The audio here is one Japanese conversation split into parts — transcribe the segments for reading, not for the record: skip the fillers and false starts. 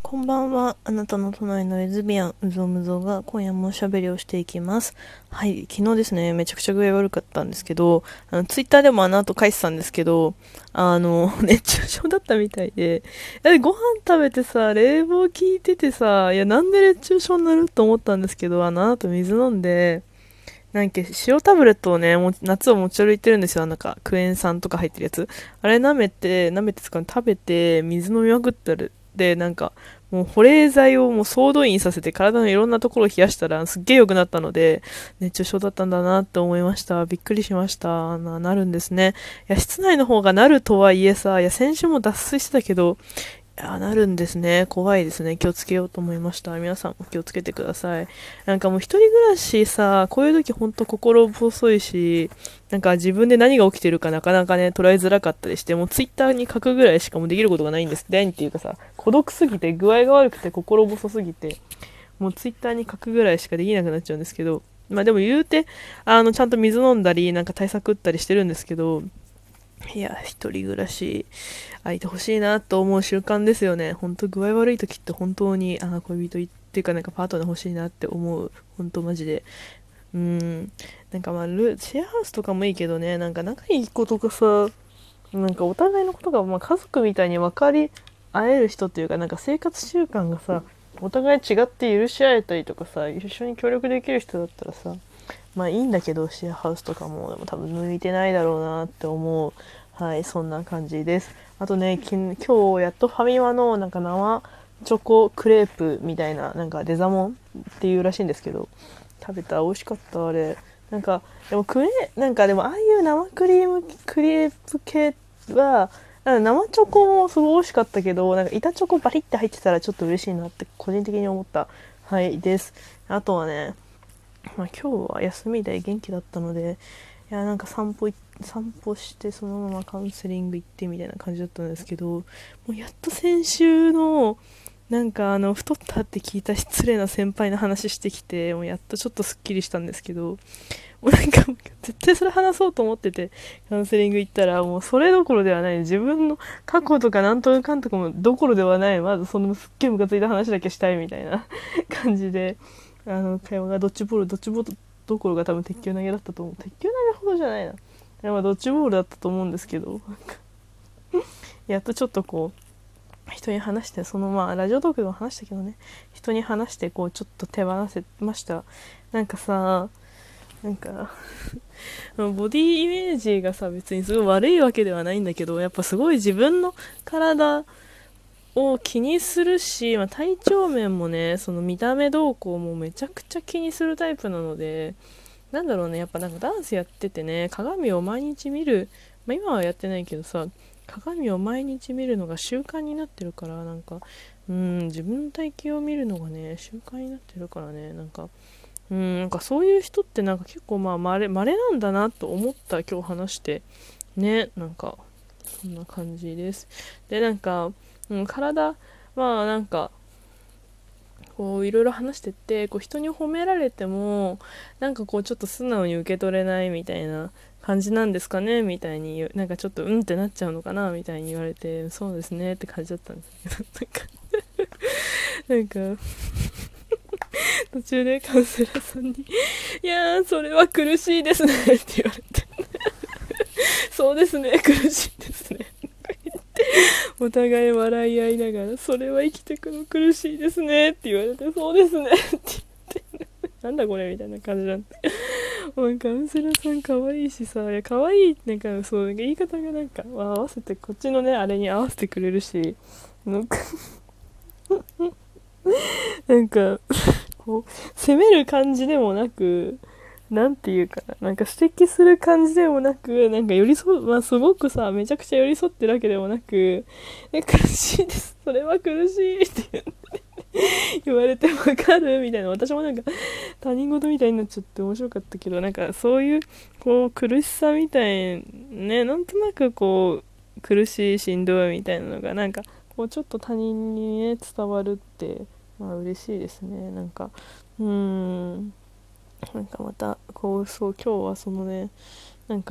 こんばんは。あなたの隣のレズビアン、うぞむぞが今夜もおしゃべりをしていきます。はい、昨日ですね、めちゃくちゃ具合悪かったんですけど、ツイッターでもあの後書いてたんですけど、熱中症だったみたいで、だってご飯食べてさ、冷房効いててさ、いや、なんで熱中症になると思ったんですけど、あの後水飲んで、なんか塩タブレットをね、夏を持ち歩いてるんですよ。なんかクエン酸とか入ってるやつ。あれ舐めて使う食べて、水飲みまくったる。で、なんか、もう保冷剤をもう総動員させて体のいろんなところを冷やしたらすっげえ良くなったので、熱中症だったんだなって思いました。びっくりしました。なるんですね。いや、室内の方がなるとはいえさ、いや、先週も脱水してたけど、なるんですね。怖いですね。気をつけようと思いました。皆さんも気をつけてください。なんかもう一人暮らしさ、こういう時ほんと心細いし、なんか自分で何が起きてるかなかなかね、捉えづらかったりして、もうツイッターに書くぐらいしかもうできることがないんです。何っていうかさ、孤独すぎて、具合が悪くて心細すぎて、もうツイッターに書くぐらいしかできなくなっちゃうんですけど、まあでも言うて、ちゃんと水飲んだり、なんか対策打ったりしてるんですけど、いや、一人暮らし、空いてほしいなと思う習慣ですよね。本当具合悪い時って本当に、恋人っていうかなんかパートナー欲しいなって思う。本当マジで。うん。なんかシェアハウスとかもいいけどね、なんか仲いい子とかさ、なんかお互いのことが、家族みたいに分かり合える人っていうか、なんか生活習慣がさ、お互い違って許し合えたりとかさ、一緒に協力できる人だったらさ、まあいいんだけど、シェアハウスとかも、でも多分向いてないだろうなって思う。はい、そんな感じです。あとね、今日やっとファミマのなんか生チョコクレープみたいな、なんかデザモンっていうらしいんですけど、食べた美味しかった、あれ。なんか、でもなんかでもああいう生クリーム、クレープ系は、なんか生チョコもすごい美味しかったけど、なんか板チョコバリって入ってたらちょっと嬉しいなって個人的に思った。はいです。あとはね、今日は休みで元気だったので、いやなんか散歩してそのままカウンセリング行ってみたいな感じだったんですけど、もうやっと先週のなんか太ったって聞いた失礼な先輩の話してきて、もうやっとちょっとすっきりしたんですけど、もうなんか絶対それ話そうと思ってて、カウンセリング行ったらもうそれどころではない、自分の過去とかなんとかかんとかもどころではない、まずそのすっげえムカついた話だけしたいみたいな感じで、会話がドッジボールどころが多分鉄球投げだったと思う。鉄球投げほどじゃないな。ドッジボールだったと思うんですけど、やっとちょっとこう、人に話して、ラジオトークでも話したけどね、人に話してこう、ちょっと手放せました。なんかさ、なんかボディイメージがさ、別にすごい悪いわけではないんだけど、やっぱすごい自分の体を気にするし、体調面もね、その見た目動向もめちゃくちゃ気にするタイプなので、なんだろうね、やっぱなんかダンスやっててね、鏡を毎日見る、今はやってないけどさ、鏡を毎日見るのが習慣になってるから、なんか、自分の体型を見るのがね、習慣になってるからね、なんかそういう人ってなんか結構稀なんだなと思った今日話して、ね、なんか、そんな感じです。で、なんか、体、なんか、こういろいろ話してってこう人に褒められてもなんかこうちょっと素直に受け取れないみたいな感じなんですかねみたいになんかちょっとうんってなっちゃうのかなみたいに言われてそうですねって感じだったんですけどなんか途中でカウンセラーさんに「いやーそれは苦しいですね」って言われて「そうですね苦しいですね」お互い笑い合いながら「それは生きてくの苦しいですね」って言われて「そうですね」ってなんだこれみたいな感じなんでカウンセラーさん可愛いしさ、いや可愛いなんかそうなんか言い方がなんか、合わせてこっちのねあれに合わせてくれるし、なんかなんかこう責める感じでもなく、なんていうかな、なんか指摘する感じでもなく、なんか寄り添う、すごくさめちゃくちゃ寄り添ってるわけでもなく、苦しいです、それは苦しいって言われてわかるみたいな、私もなんか他人事みたいになっちゃって面白かったけど、なんかそういうこう苦しさみたいね、なんとなくこう苦しいしんどいみたいなのがなんかこうちょっと他人にね伝わるって嬉しいですね。なんかうーんなんかまたこうそう今日はそのねなんか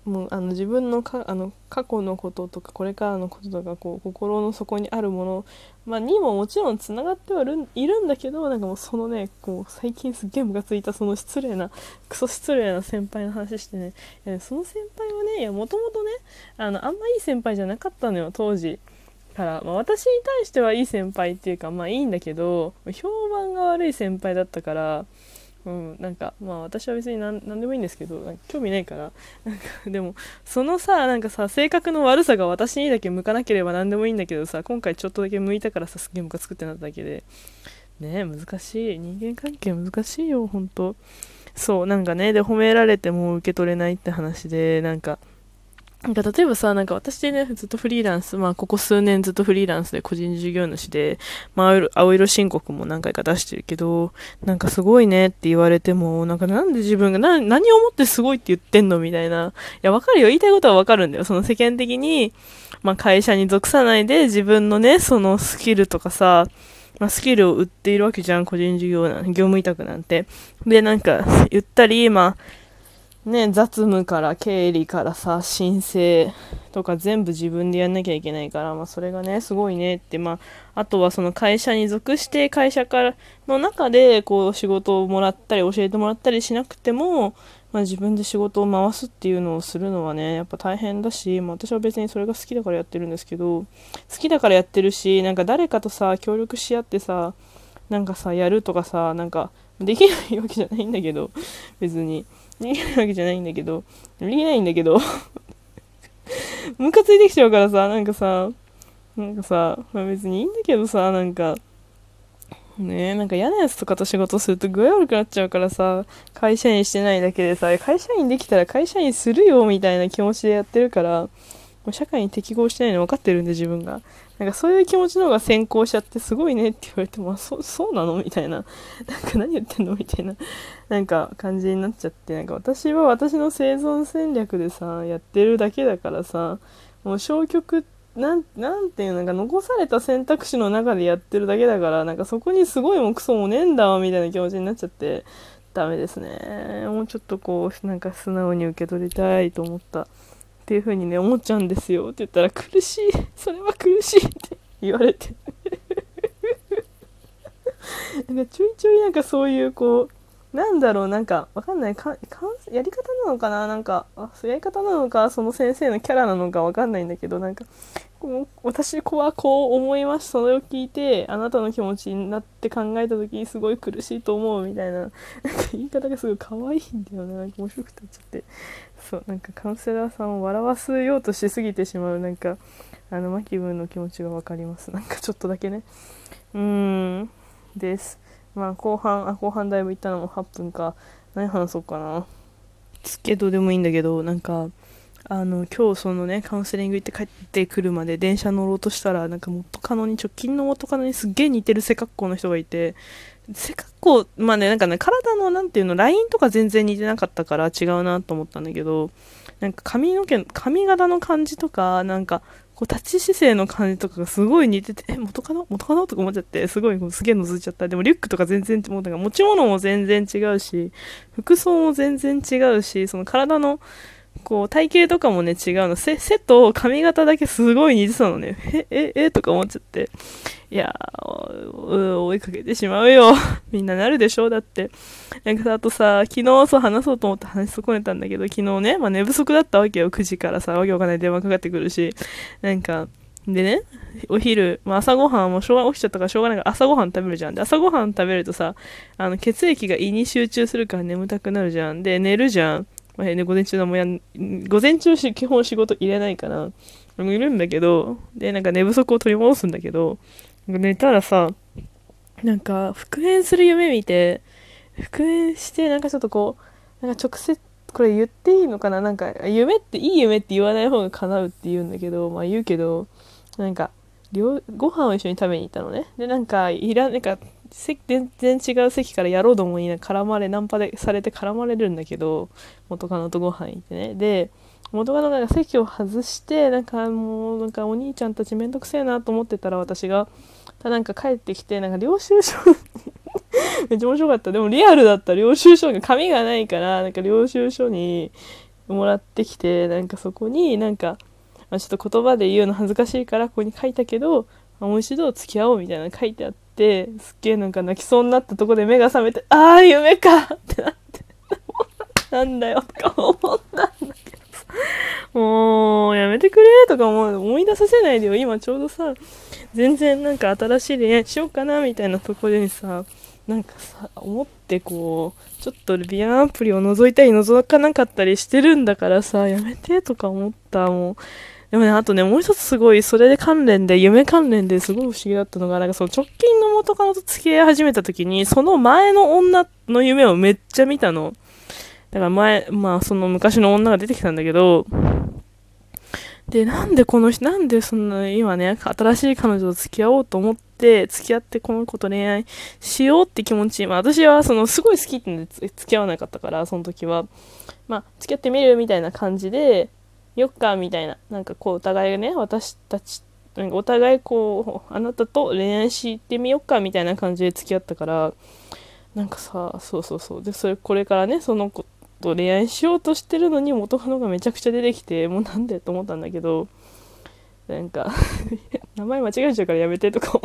もう自分の過去のこととかこれからのこととかこう心の底にあるもの、にももちろんつながっているんだけど、なんかもうそのねこう最近すっげえムカついたそのクソ失礼な先輩の話してね、いやその先輩はねもともとねあんまいい先輩じゃなかったのよ当時から、私に対してはいい先輩っていうかいいんだけど評判が悪い先輩だったから、なんか私は別になんでもいいんですけど、なんか興味ないから、なんかでもそのさなんかさ性格の悪さが私にだけ向かなければなんでもいいんだけどさ、今回ちょっとだけ向いたからさすげえムカつくってなっただけでね、難しい、人間関係難しいよほんと。そうなんかね、で褒められても受け取れないって話で、なんか例えばさ、なんか私ね、ずっとフリーランス、ここ数年ずっとフリーランスで個人事業主で、青色申告も何回か出してるけど、なんかすごいねって言われても、なんかなんで自分が何をもってすごいって言ってんのみたいな。いや、わかるよ。言いたいことはわかるんだよ。その世間的に、会社に属さないで自分のね、そのスキルとかさ、スキルを売っているわけじゃん、個人事業業務委託なんて。で、なんか、言ったり、雑務から経理からさ申請とか全部自分でやんなきゃいけないから、それがねすごいねって、あとはその会社に属して会社からの中でこう仕事をもらったり教えてもらったりしなくても、自分で仕事を回すっていうのをするのはねやっぱ大変だし、私は別にそれが好きだからやってるんですけど、好きだからやってるし、なんか誰かとさ協力し合ってさなんかさやるとかさ、なんかできないわけじゃないんだけど、別にできないわけじゃないんだけど、できないんだけどムカついてきちゃうからさ、別にいいんだけどさ、なんか嫌なやつとかと仕事すると具合悪くなっちゃうからさ、会社員してないだけでさ、会社員できたら会社員するよみたいな気持ちでやってるから、もう社会に適合してないの分かってるんで自分が。なんかそういう気持ちの方が先行しちゃって、すごいねって言われても、そうなのみたいな。なんか何言ってんのみたいな。なんか感じになっちゃって、なんか私は私の生存戦略でさ、やってるだけだからさ、もう消極、なんていうのか残された選択肢の中でやってるだけだから、なんかそこにすごいもクソもねえんだわみたいな気持ちになっちゃって、ダメですね。もうちょっとこう、なんか素直に受け取りたいと思った。っていう風にね思っちゃうんですよって言ったら、苦しい、それは苦しいって言われてなんかちょいちょいなんかそういうこうなんだろう、なんかわかんないやり方なのかな、なんかそうやり方なのかその先生のキャラなのかわかんないんだけど、なんか私はこう思います、それを聞いてあなたの気持ちになって考えた時にすごい苦しいと思うみたいな、なんか言い方がすごい可愛いんだよね。なんか面白くなっちゃって、そうなんかカウンセラーさんを笑わせようとしすぎてしまう、なんかマキ君の気持ちが分かります。なんかちょっとだけねです。後半だいぶいったのも8分か。何話そうかな。けどでもいいんだけど、なんか今日そのねカウンセリング行って帰ってくるまで電車乗ろうとしたら、なんか直近の元カノにすっげえ似てる背格好の人がいて、背格好なんかね体のなんていうのラインとか全然似てなかったから違うなと思ったんだけど、なんか髪型の感じとか、なんかこう立ち姿勢の感じとかがすごい似てて、元カノとか思っちゃって、すごいすげえ覗いちゃった。でもリュックとか全然もうなんか持ち物も全然違うし、服装も全然違うし、その体のこう体型とかもね違うの。背と髪型だけすごい似てたのね。とか思っちゃって。いや追いかけてしまうよ。みんななるでしょだって。なんかさ、あとさ、昨日話そうと思って話し損ねたんだけど、昨日ね、寝不足だったわけよ。9時からさ、わけわかんない電話かかってくるし。なんか、でね、お昼、朝ごはんも起きちゃったからしょうがないから朝ごはん食べるじゃん。で、朝ごはん食べるとさ、血液が胃に集中するから眠たくなるじゃん。で、寝るじゃん。午前中午前中基本仕事入れないから、いるんだけど、で、なんか寝不足を取り戻すんだけど、寝たらさ、なんか復縁する夢見て、復縁して、なんかちょっとこう、なんか直接、これ言っていいのかな、なんか、いい夢って言わない方が叶うって言うんだけど、言うけど、なんか、ご飯を一緒に食べに行ったのね。で、なんか、全然違う席からやろうともいいな、ナンパでされて絡まれるんだけど、元カノとご飯行ってね。で、元カノが席を外して、なんかもう、なんかお兄ちゃんたちめんどくせえなと思ってたら、私が、なんか帰ってきて、なんか領収書めっちゃ面白かった。でもリアルだった。領収書が紙がないから、なんか領収書にもらってきて、なんかそこになんか、ちょっと言葉で言うの恥ずかしいからここに書いたけど、もう一度付き合おうみたいなの書いてあって、すっげえなんか泣きそうになったとこで目が覚めて、ああ夢かってなって、なんだよとか思ったんだけど、もうやめてくれとか思い出させないでよ。今ちょうどさ、全然なんか新しい恋愛しようかなみたいなところにさ、なんかさ、思ってこう、ちょっとレビアンアプリを覗いたり覗かなかったりしてるんだからさ、やめてとか思った、もう。でもね、あとね、もう一つすごい、それで関連で、夢関連ですごい不思議だったのが、なんかその直近の元カノと付き合い始めた時に、その前の女の夢をめっちゃ見たの。だからまあその昔の女が出てきたんだけど、で、なんでこの人、なんでそんな、今ね、新しい彼女と付き合おうと思って、付き合ってこの子と恋愛しようって気持ち、まあ私はその、すごい好きってんで付き合わなかったから、その時は。まあ、付き合ってみるみたいな感じで、よっか、みたいな。なんかこう、お互いがね、私たち、なんかお互いこう、あなたと恋愛してみよっか、みたいな感じで付き合ったから、なんかさ、そうそうそう。で、これからね、その子と恋愛しようとしてるのに元カノがめちゃくちゃ出てきて、もうなんでと思ったんだけど、なんか名前間違えちゃうからやめてとか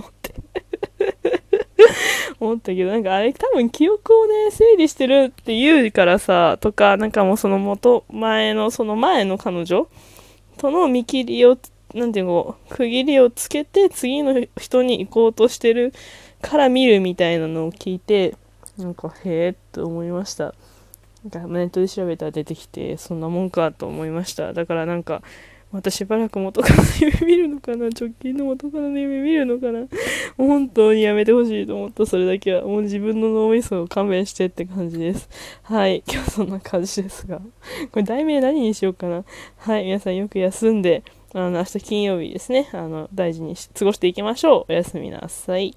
思ったけど、なんかあれ多分記憶をね、整理してるって言うからさ、とか、なんかもうそのその前の彼女との見切りを、なんていうの、区切りをつけて次の人に行こうとしてるから見るみたいなのを聞いて、なんかへえって思いました。なんかネットで調べたら出てきて、そんなもんかと思いました。だからなんか、またしばらく元カノの夢見るのかな、直近の元カノの夢見るのかな、もう本当にやめてほしいと思った。それだけはもう自分の脳みそを勘弁してって感じです。はい、今日そんな感じですが、これ題名何にしようかな。はい、皆さんよく休んで、明日金曜日ですね、大事に過ごしていきましょう。おやすみなさい。